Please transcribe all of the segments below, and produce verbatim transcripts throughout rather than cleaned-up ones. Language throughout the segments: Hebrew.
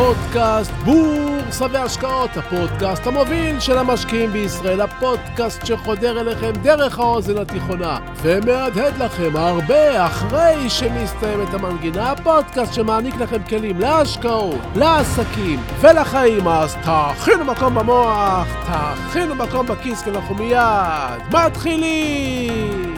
פודקאסט בורסה והשקעות, הפודקאסט המוביל של המשקיעים בישראל, הפודקאסט שחודר אליכם דרך האוזן התיכונה ומהדהד לכם הרבה אחרי שמסתיימת המנגינה, הפודקאסט שמעניק לכם כלים להשקעות, לעסקים ולחיים. אז תכינו מקום במוח, תכינו מקום בכיס, כי אנחנו מיד מתחילים.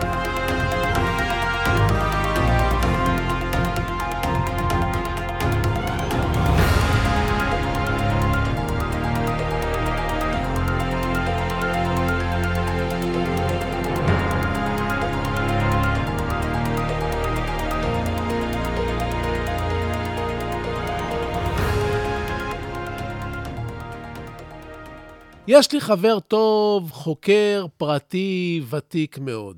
יש לי חבר טוב, חוקר פרטי ותיק מאוד,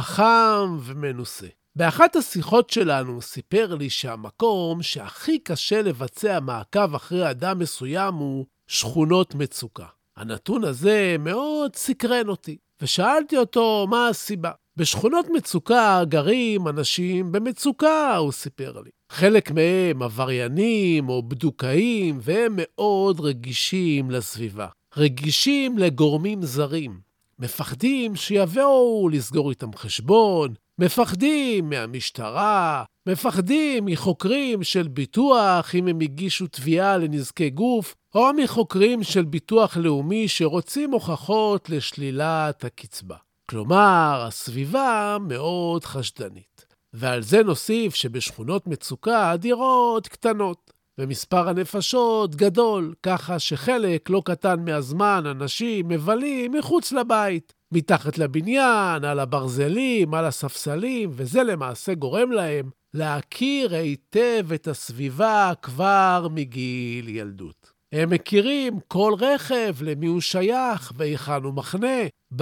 חכם ומנוסה. באחת השיחות שלנו סיפר לי שהמקום שהכי קשה לבצע מעקב אחרי אדם מסוים הוא שכונות מצוקה. הנתון הזה מאוד סקרן אותי, ושאלתי אותו מה הסיבה. בשכונות מצוקה גרים אנשים במצוקה, הוא סיפר לי. חלק מהם עבריינים או בדוקאים, והם מאוד רגישים לסביבה. רגישים לגורמים זרים, מפחדים שיבואו לסגור איתם חשבון, מפחדים מהמשטרה, מפחדים מחוקרים של ביטוח אם הם הגישו תביעה לנזקי גוף, או מחוקרים של ביטוח לאומי שרוצים הוכחות לשלילת הקצבה. כלומר, הסביבה מאוד חשדנית. ועל זה נוסיף שבשכונות מצוקה הדירות קטנות. ומספר הנפשות גדול, ככה שחלק לא קטן מהזמן אנשים מבלים מחוץ לבית, מתחת לבניין, על הברזלים, על הספסלים, וזה למעשה גורם להם להכיר היטב את הסביבה כבר מגיל ילדות. הם מכירים כל רכב, למי הוא שייך והיכן הוא מחנה,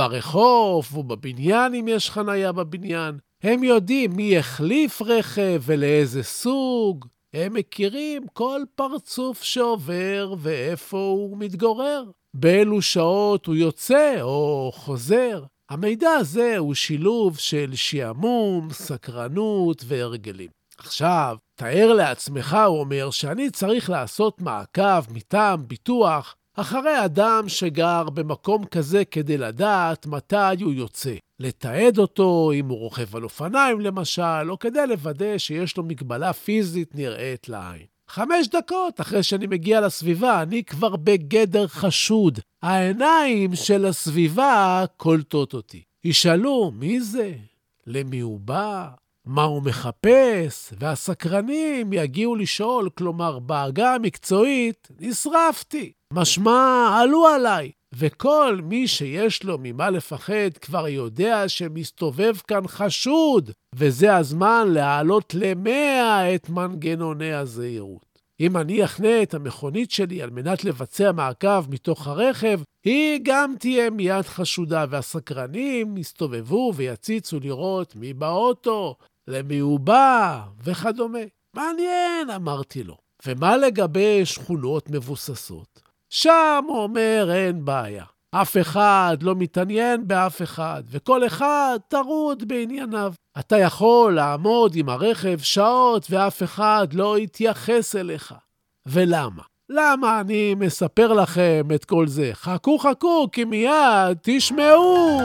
ברחוב ובבניין אם יש חניה בבניין. הם יודעים מי החליף רכב ולאיזה סוג. הם מכירים כל פרצוף שעובר ואיפה הוא מתגורר. באילו שעות הוא יוצא או חוזר. המידע הזה הוא שילוב של שעמום, סקרנות והרגלים. עכשיו, תאר לעצמך, הוא אומר, שאני צריך לעשות מעקב מטעם ביטוח אחרי אדם שגר במקום כזה כדי לדעת מתי הוא יוצא. לתעד אותו אם הוא רוכב על אופניים למשל, או כדי לוודא שיש לו מגבלה פיזית נראית לעין. חמש דקות אחרי שאני מגיע לסביבה, אני כבר בגדר חשוד. העיניים של הסביבה קולטות אותי. ישאלו, מי זה? למי הוא בא? מה הוא מחפש? והסקרנים יגיעו לשאול, כלומר, בעגה המקצועית, נשרפתי. משמע, עלו עליי. וכל מי שיש לו ממה לפחד כבר יודע שמסתובב כאן חשוד, וזה הזמן להעלות למאה את מנגנוני הזהירות. אם אני אחנה את המכונית שלי על מנת לבצע מעקב מתוך הרכב, היא גם תהיה מיד חשודה, והסקרנים יסתובבו ויציצו לראות מי באוטו, למי הוא בא וכדומה. מעניין, אמרתי לו. ומה לגבי שכונות מבוססות? שם הוא אומר אין בעיה. אף אחד לא מתעניין באף אחד, וכל אחד טרוד בענייניו. אתה יכול לעמוד עם הרכב שעות ואף אחד לא יתייחס אליך. ולמה? למה אני מספר לכם את כל זה? חכו חכו, כי מיד תשמעו.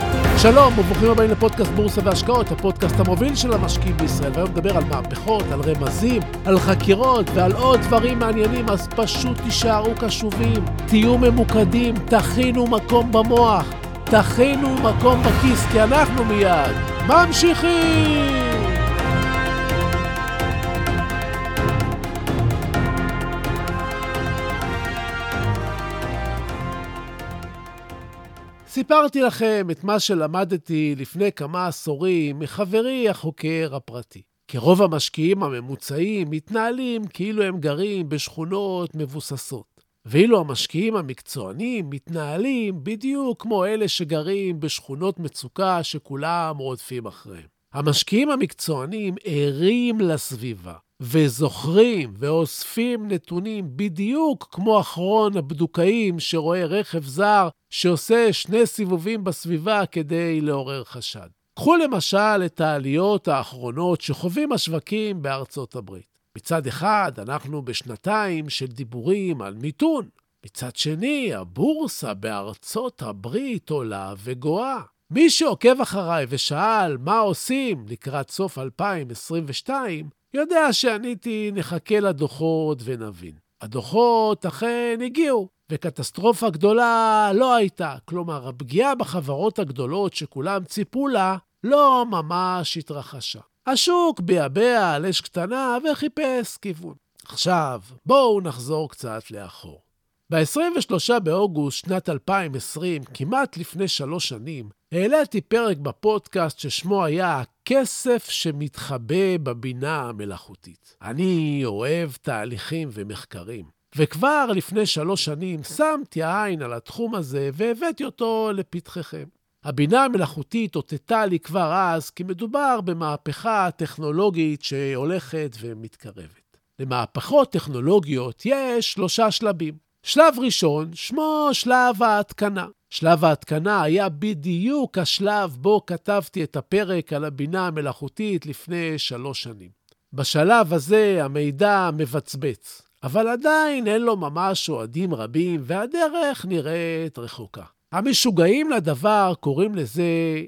שלום וברוכים הבאים לפודקאסט בורסה והשקעות, הפודקאסט המוביל של המשקיעים בישראל. והיום נדבר על מהפכות, על רמזים, על חקירות ועל עוד דברים מעניינים, אז פשוט תישארו קשובים, תהיו ממוקדים, תכינו מקום במוח, תכינו מקום בכיס, כי אנחנו מיד ממשיכים. סיפרתי לכם את מה שלמדתי לפני כמה עשורים מחברי החוקר הפרטי. כי רוב המשקיעים הממוצעים מתנהלים כאילו הם גרים בשכונות מבוססות. ואילו המשקיעים המקצוענים מתנהלים בדיוק כמו אלה שגרים בשכונות מצוקה שכולם רודפים אחריהם. המשקיעים המקצוענים ערים לסביבה. וזוכרים ואוספים נתונים בדיוק כמו אחרון הבדוקאים שרואה רכב זר שעושה שני סיבובים בסביבה כדי לעורר חשד. קחו למשל את העליות האחרונות שחווים השווקים בארצות הברית. מצד אחד, אנחנו בשנתיים של דיבורים על מיתון. מצד שני, הבורסה בארצות הברית עולה וגואה. מי שעוקב אחריי ושאל מה עושים לקראת סוף אלפיים עשרים ושתיים, יודע שעניתי נחכה לדוחות ונבין. הדוחות אכן הגיעו, וקטסטרופה גדולה לא הייתה. כלומר, הפגיעה בחברות הגדולות שכולם ציפו לה לא ממש התרחשה. השוק ביאבע על אש קטנה וחיפש כיוון. עכשיו, בואו נחזור קצת לאחור. ב-עשרים ושלושה באוגוסט שנת אלפיים ועשרים, כמעט לפני שלוש שנים, העליתי פרק בפודקאסט ששמו היה הכסף שמתחבא בבינה המלאכותית. אני אוהב תהליכים ומחקרים, וכבר לפני שלוש שנים שמתי העין על התחום הזה והבאתי אותו לפתחכם. הבינה המלאכותית אותתה לי כבר אז כי מדובר במהפכה טכנולוגית שהולכת ומתקרבת. למהפכות טכנולוגיות יש שלושה שלבים. שלב ראשון, שמו שלב ההתקנה. שלב ההתקנה היה בדיוק השלב בו כתבתי את הפרק על הבינה המלאכותית לפני שלוש שנים. בשלב הזה המידע מבצבץ, אבל עדיין אין לו ממש אוהדים רבים והדרך נראית רחוקה. המשוגעים לדבר קוראים לזה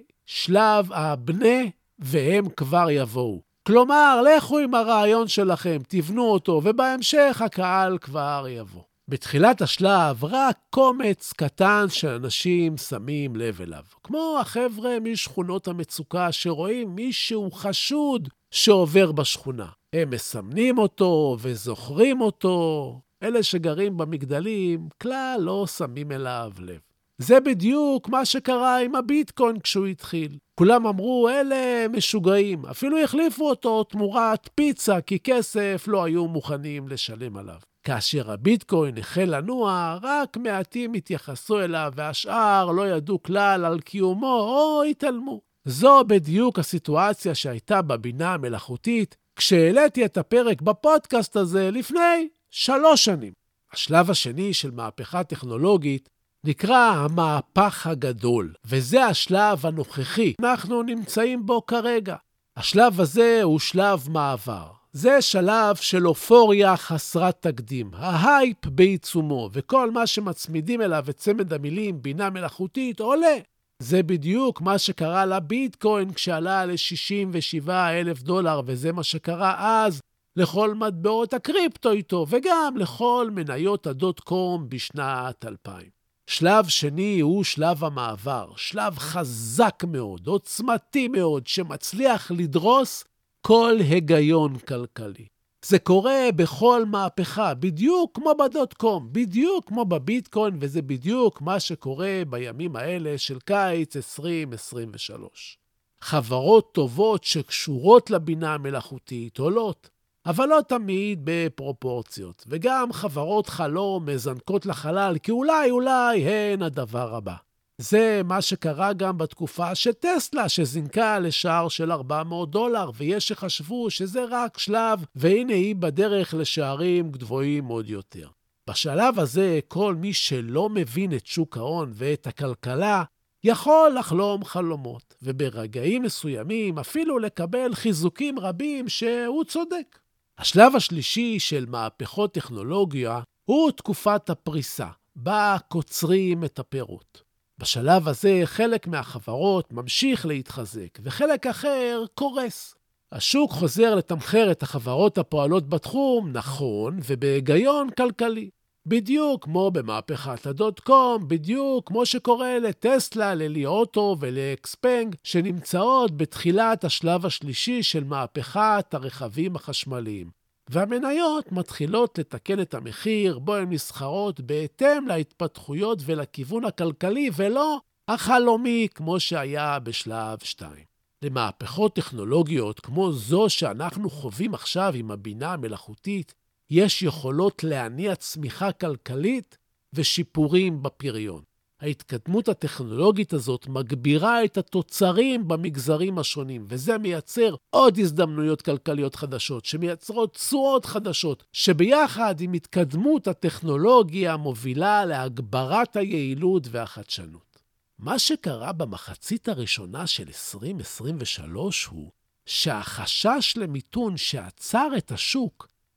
שלב הבנה והם כבר יבואו. כלומר, לכו עם הרעיון שלכם, תבנו אותו ובהמשך הקהל כבר יבוא. בתחילת השלב רק קומץ קטן שאנשים שמים לב אליו. כמו החבר'ה משכונות המצוקה שרואים מישהו חשוד שעובר בשכונה. הם מסמנים אותו וזוכרים אותו. אלה שגרים במגדלים כלל לא שמים אליו לב. זה בדיוק מה שקרה עם הביטקוין כשהוא התחיל. כולם אמרו, אלה משוגעים. אפילו החליפו אותו תמורת פיצה, כי כסף לא היו מוכנים לשלם עליו. כאשר הביטקוין החל לנוע, רק מעטים התייחסו אליו, והשאר לא ידעו כלל על קיומו או התעלמו. זו בדיוק הסיטואציה שהייתה בבינה המלאכותית, כשהעליתי את הפרק בפודקאסט הזה לפני שלוש שנים. השלב השני של מהפכה טכנולוגית נקרא המהפך הגדול, וזה השלב הנוכחי. אנחנו נמצאים בו כרגע. השלב הזה הוא שלב מעבר. זה שלב של אופוריה חסרת תקדים. ההייפ בעיצומו, וכל מה שמצמידים אליו את צמד המילים בינה מלאכותית עולה. זה בדיוק מה שקרה לביטקוין כשעלה ל-שישים ושבעה אלף דולר, וזה מה שקרה אז לכל מטבעות הקריפטו איתו, וגם לכל מניות הדוט קום בשנת אלפיים. שלב שני הוא שלב המעבר, שלב חזק מאוד, עוצמתי מאוד, שמצליח לדרוס כל היגיון כלכלי. זה קורה בכל מהפכה, בדיוק כמו בדוט קום, בדיוק כמו בביטקוין, וזה בדיוק מה שקורה בימים האלה של קיץ עשרים עשרים ושלוש. חברות טובות שקשורות לבינה המלאכותית עולות, אבל לא תמיד בפרופורציות, וגם חברות חלום מזנקות לחלל, כי אולי אולי הן הדבר הבא. זה מה שקרה גם בתקופה של טסלה, שזינקה לשער של ארבע מאות דולר, ויש שחשבו שזה רק שלב, והנה היא בדרך לשערים גבוהים עוד יותר. בשלב הזה, כל מי שלא מבין את שוק ההון ואת הכלכלה, יכול לחלום חלומות, וברגעים מסוימים אפילו לקבל חיזוקים רבים שהוא צודק. השלב השלישי של מהפכות טכנולוגיה הוא תקופת הפריסה, בה קוצרים את הפירות. בשלב הזה חלק מהחברות ממשיך להתחזק, וחלק אחר קורס. השוק חוזר לתמחר את החברות הפועלות בתחום, נכון, ובהיגיון כלכלי. בדיוק כמו במהפכת הדוט קום, בדיוק כמו שקורה לטסלה, ללי אוטו ולאקספנג, שנמצאות בתחילת השלב השלישי של מהפכת הרכבים החשמליים. והמניות מתחילות לתקן את המחיר, בו הן נסחרות בהתאם להתפתחויות ולכיוון הכלכלי, ולא החלומי כמו שהיה בשלב שתיים. למהפכות טכנולוגיות כמו זו שאנחנו חווים עכשיו עם הבינה המלאכותית, יש יכולות להניע צמיחה כלכלית ושיפורים בפריון. ההתקדמות הטכנולוגית הזאת מגבירה את התוצרים במגזרים השונים, וזה מייצר עוד הזדמנויות כלכליות חדשות, שמייצרות תשואות חדשות, שביחד עם התקדמות הטכנולוגיה מובילה להגברת היעילות והחדשנות. מה שקרה במחצית הראשונה של עשרים עשרים ושלוש הוא שהחשש למיתון שעצר את השוק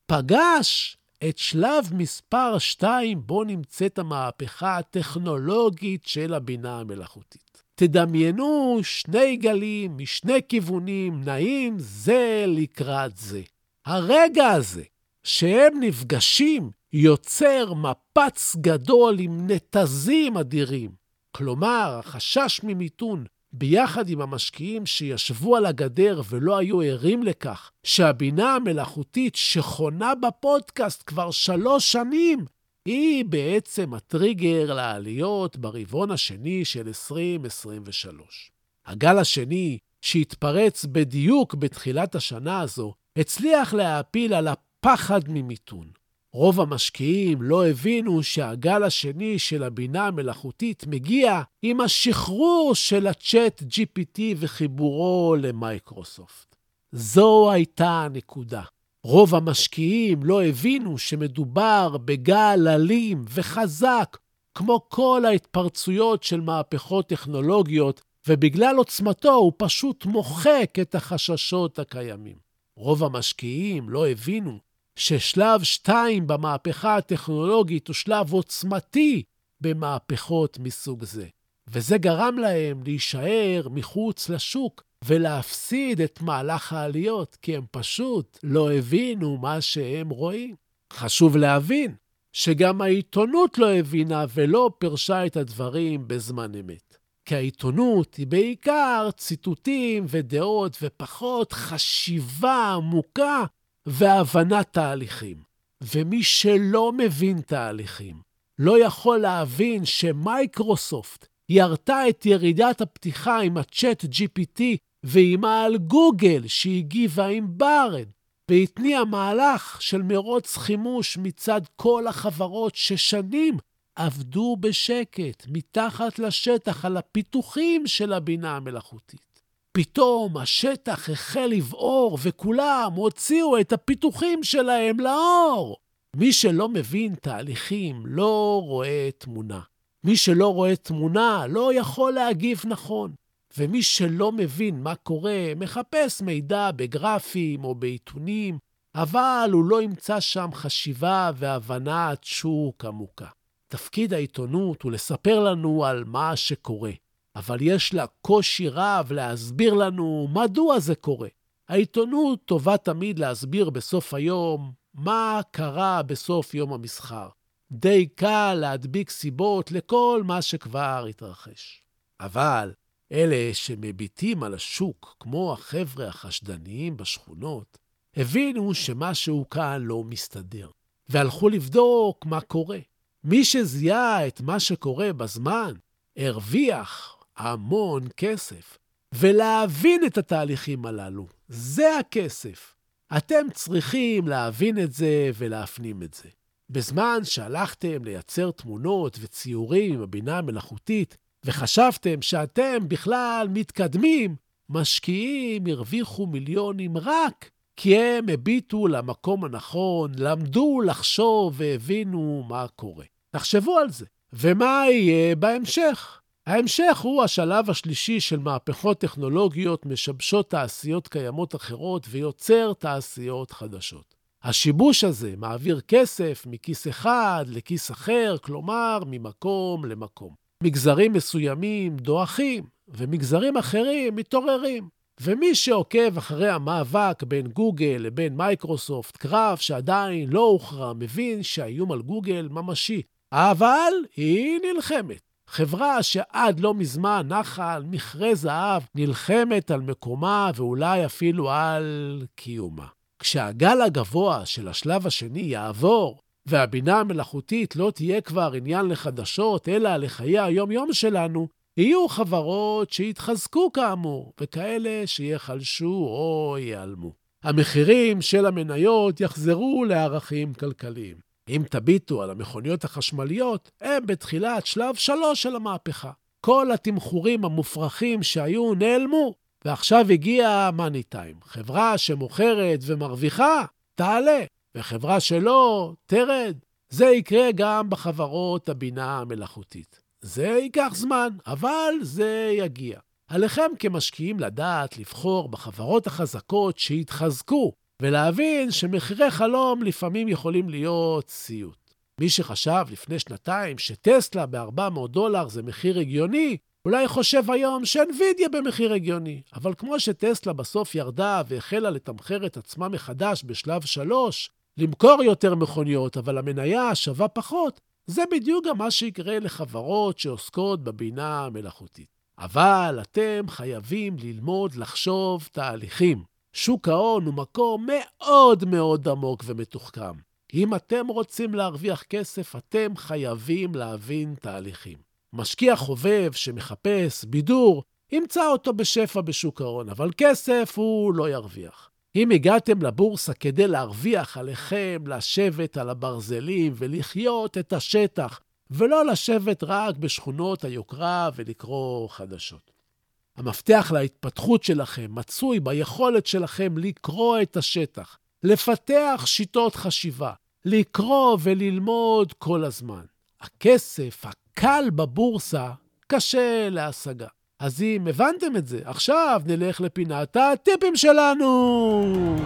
פגש את שלב מספר שתיים, בו נמצאת המהפכה הטכנולוגית של הבינה המלאכותית. תדמיינו שני גלים משני כיוונים נעים זה לקראת זה. הרגע הזה שהם נפגשים יוצר מפץ גדול עם נתזים אדירים. כלומר, החשש ממיתון ביחד עם המשקיעים שישבו על הגדר ולא היו ערים לכך, שהבינה המלאכותית שחונה בפודקאסט כבר שלוש שנים, היא בעצם הטריגר לעליות ברבעון השני של עשרים עשרים ושלוש. הגל השני, שהתפרץ בדיוק בתחילת השנה הזו, הצליח להפיל על הפחד ממיתון. רוב המשקיעים לא הבינו שהגל השני של הבינה המלאכותית מגיע עם השחרור של הצ'אט ג'י פי טי וחיבורו למייקרוסופט. זו הייתה הנקודה. רוב המשקיעים לא הבינו שמדובר בגל אלים וחזק, כמו כל ההתפרצויות של מהפכות טכנולוגיות, ובגלל עוצמתו הוא פשוט מוחק את החששות הקיימים. רוב המשקיעים לא הבינו ששלב שתיים במהפכה הטכנולוגית הוא שלב עוצמתי במהפכות מסוג זה. וזה גרם להם להישאר מחוץ לשוק ולהפסיד את מהלך העליות, כי הם פשוט לא הבינו מה שהם רואים. חשוב להבין שגם העיתונות לא הבינה ולא פרשה את הדברים בזמן אמת. כי העיתונות היא בעיקר ציטוטים ודעות ופחות חשיבה עמוקה והבנת תהליכים. ומי שלא מבין תהליכים, לא יכול להבין שמייקרוסופט ירתה את ירידת הפתיחה עם הצ'אט ג'י פי טי ואימה על גוגל שהגיבה עם ברד, והתניע מהלך של מרוץ חימוש מצד כל החברות ששנים עבדו בשקט מתחת לשטח על הפיתוחים של הבינה המלאכותית. פתאום השטח החל לבעור וכולם הוציאו את הפיתוחים שלהם לאור. מי שלא מבין תהליכים לא רואה תמונה. מי שלא רואה תמונה לא יכול להגיב נכון. ומי שלא מבין מה קורה מחפש מידע בגרפים או בעיתונים, אבל הוא לא ימצא שם חשיבה והבנת שוק עמוקה. תפקיד העיתונות הוא לספר לנו על מה שקורה. אבל יש לה קושי רב להסביר לנו מדוע זה קורה. העיתונות טובה תמיד להסביר בסוף היום מה קרה בסוף יום המסחר. די קל להדביק סיבות לכל מה שכבר התרחש. אבל אלה שמביטים על השוק, כמו החבר'ה החשדניים בשכונות, הבינו שמשהו כאן לא מסתדר, והלכו לבדוק מה קורה. מי שזיהה את מה שקורה בזמן, הרוויח המון כסף. ולהבין את התהליכים הללו, זה הכסף. אתם צריכים להבין את זה ולהפנים את זה. בזמן שהלכתם לייצר תמונות וציורים עם הבינה המלאכותית, וחשבתם שאתם בכלל מתקדמים, משקיעים הרוויחו מיליונים רק כי הם הביטו למקום הנכון, למדו לחשוב והבינו מה קורה. תחשבו על זה. ומה יהיה בהמשך? ההמשך הוא השלב השלישי של מהפכות טכנולוגיות משבשות תעשיות קיימות אחרות ויוצר תעשיות חדשות. השיבוש הזה מעביר כסף מכיס אחד לכיס אחר, כלומר ממקום למקום. מגזרים מסוימים דועכים ומגזרים אחרים מתעוררים. ומי שעוקב אחרי המאבק בין גוגל לבין מייקרוסופט, קרב שעדיין לא הוכרע, מבין שהאיום על גוגל ממשי. אבל היא נלחמת. חברה שעד לא מזמן נחה על מכרה זהב, נלחמת על מקומה ואולי אפילו על קיומה. כשהגל הגבוה של השלב השני יעבור, והבינה המלאכותית לא תהיה כבר עניין לחדשות, אלא לחיי היום-יום שלנו, יהיו חברות שיתחזקו כאמור, וכאלה שיחלשו או ייעלמו. המחירים של המניות יחזרו לערכים כלכליים. אם תביטו על המכוניות החשמליות, הם בתחילת שלב שלוש של המהפכה. כל התמחורים המופרכים שהיו נעלמו, ועכשיו הגיע מאני טיים. חברה שמוכרת ומרוויחה, תעלה, וחברה שלא, תרד. זה יקרה גם בחברות הבינה המלאכותית. זה ייקח זמן, אבל זה יגיע. עליכם כמשקיעים לדעת לבחור בחברות החזקות שהתחזקו, ולהבין שמחירי חלום לפעמים יכולים להיות סיוט. מי שחשב לפני שנתיים שטסלה ב-ארבע מאות דולר זה מחיר הגיוני, אולי חושב היום שאנווידיה במחיר הגיוני. אבל כמו שטסלה בסוף ירדה והחלה לתמחר את עצמה מחדש בשלב שלוש, למכור יותר מכוניות, אבל המניה שווה פחות, זה בדיוק גם מה שיקרה לחברות שעוסקות בבינה המלאכותית. אבל אתם חייבים ללמוד לחשוב תהליכים. שוק ההון הוא מקום מאוד מאוד עמוק ומתוחכם. אם אתם רוצים להרוויח כסף, אתם חייבים להבין תהליכים. משקיע חובב שמחפש בידור, ימצא אותו בשפע בשוק ההון, אבל כסף הוא לא ירוויח. אם הגעתם לבורסה כדי להרוויח עליכם, לשבת על הברזלים ולחיות את השטח, ולא לשבת רק בשכונות היוקרה ולקרוא חדשות. המפתח להתפתחות שלכם מצוי ביכולת שלכם לקרוא את השטח, לפתח שיטות חשיבה, לקרוא וללמוד כל הזמן. הכסף הקל בבורסה קשה להשגה. אז אם הבנתם את זה, עכשיו נלך לפינת הטיפים שלנו.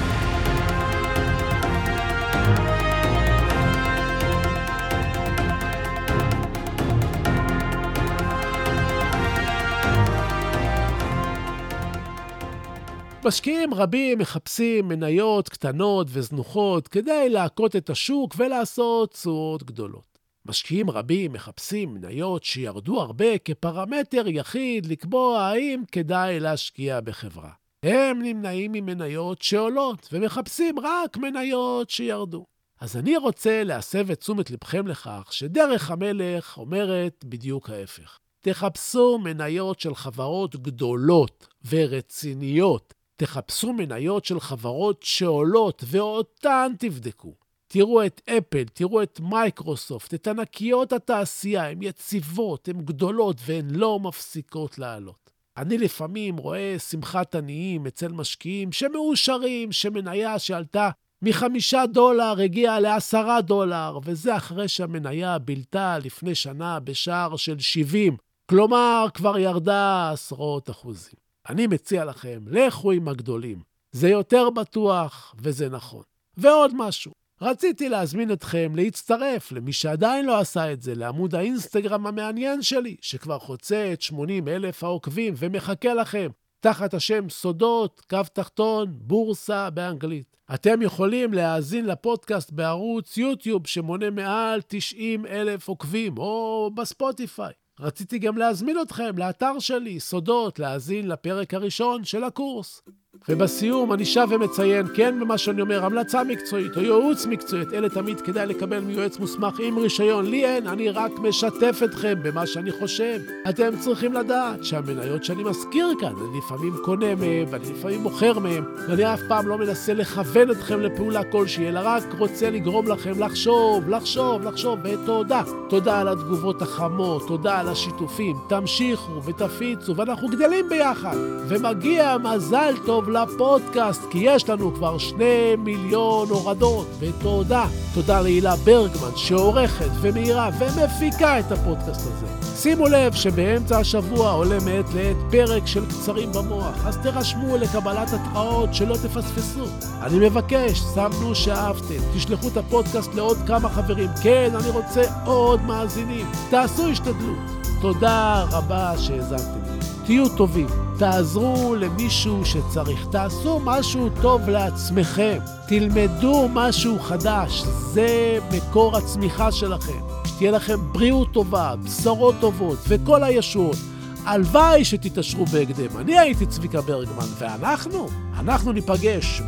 משקיעים רבים מחפשים מניות קטנות וזנוחות כדי להכות את השוק ולעשות תשואות גדולות. משקיעים רבים מחפשים מניות שירדו הרבה כפרמטר יחיד לקבוע האם כדאי להשקיע בחברה. הם נמנעים ממניות שעולות ומחפשים רק מניות שירדו. אז אני רוצה להסב את תשומת לבכם לכך שדרך המלך אומרת בדיוק ההפך. תחפשו מניות של חברות גדולות ורציניות. תחפשו מניות של חברות שעולות ואותן תבדקו. תראו את אפל, תראו את מייקרוסופט, את ענקיות התעשייה, הן יציבות, הן גדולות והן לא מפסיקות לעלות. אני לפעמים רואה שמחת עניים אצל משקיעים שמאושרים, שמניה שעלתה מחמישה דולר הגיעה לעשרה דולר, וזה אחרי שהמניה בילתה לפני שנה בשער של שבעים, כלומר כבר ירדה עשרות אחוזים. אני מציע לכם, לכו עם הגדולים. זה יותר בטוח וזה נכון. ועוד משהו. רציתי להזמין אתכם להצטרף למי שעדיין לא עשה את זה, לעמוד האינסטגרם המעניין שלי, שכבר חוצה את שמונים אלף העוקבים ומחכה לכם, תחת השם סודות, קו תחתון, בורסה באנגלית. אתם יכולים להאזין לפודקאסט בערוץ יוטיוב שמונה מעל תשעים אלף עוקבים, או בספוטיפיי. רציתי גם להזמין אתכם לאתר שלי, סודות, להאזין לפרק הראשון של הקורס. ובסיום אני שב ומציין, כן במה שאני אומר, המלצה מקצועית או ייעוץ מקצועית, אלה תמיד כדאי לקבל מיועץ מוסמך עם רישיון. לי אין, אני רק משתף אתכם במה שאני חושב. אתם צריכים לדעת שהמניות שאני מזכיר כאן, אני לפעמים קונה מהם ואני לפעמים מוכר מהם, ואני אף פעם לא מנסה לכוון אתכם לפעולה כלשהי, אלא רק רוצה לגרום לכם לחשוב, לחשוב, לחשוב, ותודה. תודה על התגובות החמות, תודה על השיתופים, תמשיכו ותפיצו, ואנחנו גדלים ביחד. ומגיע מזל טוב לפודקאסט, כי יש לנו כבר שני מיליון הורדות, ותודה. תודה להילה ברגמן שעורכת ומהירה ומפיקה את הפודקאסט הזה. שימו לב שבאמצע השבוע עולה מעת לעת פרק של קצרים במוח, אז תרשמו לקבלת התראות שלא תפספסו. אני מבקש, שמנו שאהבתם, תשלחו את הפודקאסט לעוד כמה חברים. כן, אני רוצה עוד מאזינים. תעשו השתדלות. תודה רבה שהזנתם לי. תהיו טובים, תעזרו למישהו שצריך, תעשו משהו טוב לעצמכם, תלמדו משהו חדש, זה מקור הצמיחה שלכם. שתהיה לכם בריאות טובה, בשורות טובות וכל הישועות. הלוואי שתתעשרו בהקדם. אני הייתי צביקה ברגמן, ואנחנו, אנחנו ניפגש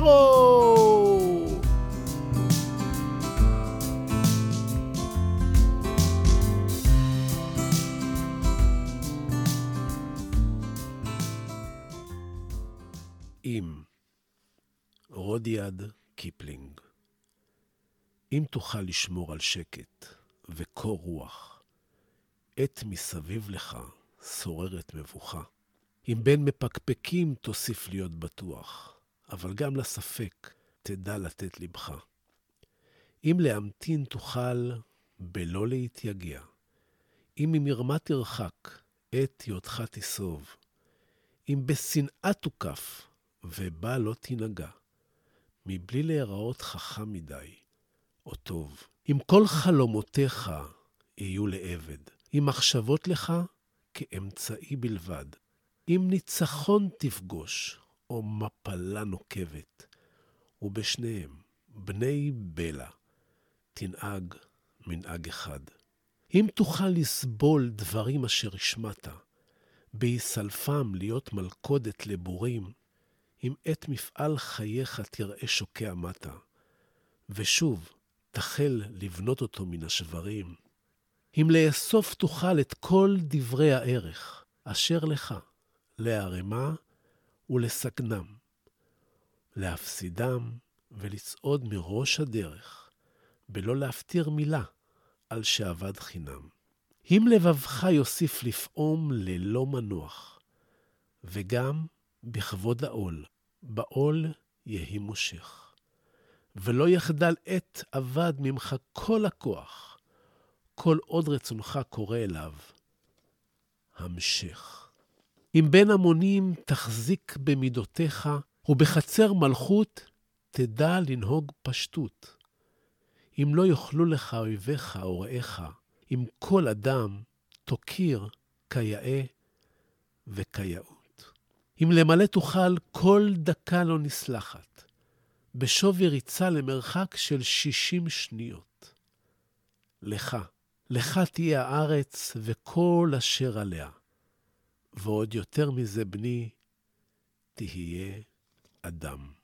בקרוב. אם רודיעד קיפלינג, אם תוכל לשמור על שקט וקור רוח, עת מסביב לך שוררת מבוכה. אם בין מפקפקים תוסיף להיות בטוח, אבל גם לספק תדע לתת לבך. אם להמתין תוכל בלא להתייגע, אם ממרמה תרחק עת היותך תסוב, אם בשנאה תוקף ובה לא תנגע, מבלי להיראות חכם מדי או טוב. אם כל חלומותיך יהיו לעבד, אם מחשבות לך כאמצעי בלבד, אם ניצחון תפגוש או מפלה נוקבת, ובשניהם בני בלע תנהג מנהג אחד. אם תוכל לסבול דברים אשר השמעת, ביסלפם להיות מלכודת לבורים, אם את מפעל חייך תראה שוקע מטה, ושוב תחל לבנות אותו מן השברים, אם לאסוף תוכל את כל דברי הערך, אשר לך, להרמה ולסגנם, להפסידם ולצעוד מראש הדרך, בלא להפתיר מילה על שעבד חינם. אם לבבך יוסיף לפעום ללא מנוח, וגם בכבוד העול, בעול יהי מושך, ולא יחדל עת עבד ממך כל הכוח, כל עוד רצונך קורא אליו, המשך. אם בין המונים תחזיק במידותיך, ובחצר מלכות תדע לנהוג פשטות. אם לא יוכלו לך אויביך או רעיך, אם כל אדם תוקיר כיאה וכיאות. אם למלא תוכל כל דקה לא נסלחת, בשווי ריצה למרחק של שישים שניות. לך, לך תהיה הארץ וכל אשר עליה, ועוד יותר מזה בני, תהיה אדם.